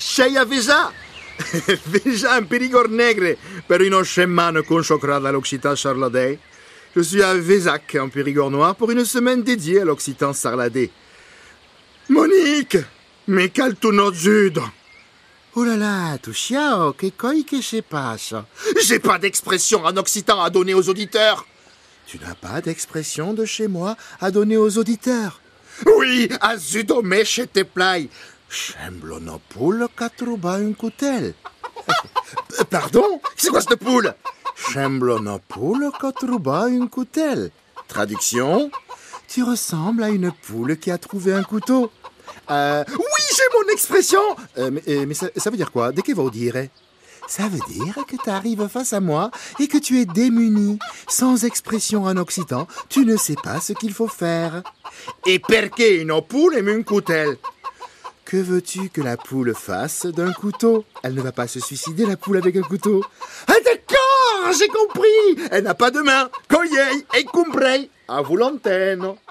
Sei avesa! Vesa un Périgord negre per une semaine consacrée à l'Occitan charladais. Je suis à Vézac, en Périgord noir, pour une semaine dédiée à l'Occitan sarladais. Monique! Mais caltuno zudo! Oh là là, tu ciao, che coi che se passe? J'ai pas d'expression en occitan à donner aux auditeurs! Tu n'as pas d'expression de chez moi à donner aux auditeurs? Oui, a zudo me che te plai! Semblo una poule che trouva un coutel. Pardon? C'est quoi cette poule? Semblo una poule che trouva un coutel. Traduction? Tu ressembles à une poule qui a trouvé un couteau. Oui, j'ai mon expression! Mais ça veut dire quoi? De che vuol dire? Ça veut dire que tu arrives face à moi et que tu es démuni. Sans expression en occitan, tu ne sais pas ce qu'il faut faire. Et perché une poule et un coutel? Que veux-tu que la poule fasse d'un couteau? Elle ne va pas se suicider, la poule, avec un couteau. Ah d'accord, j'ai compris! Elle n'a pas de main. Coyei et comprei. A vous l'antenne.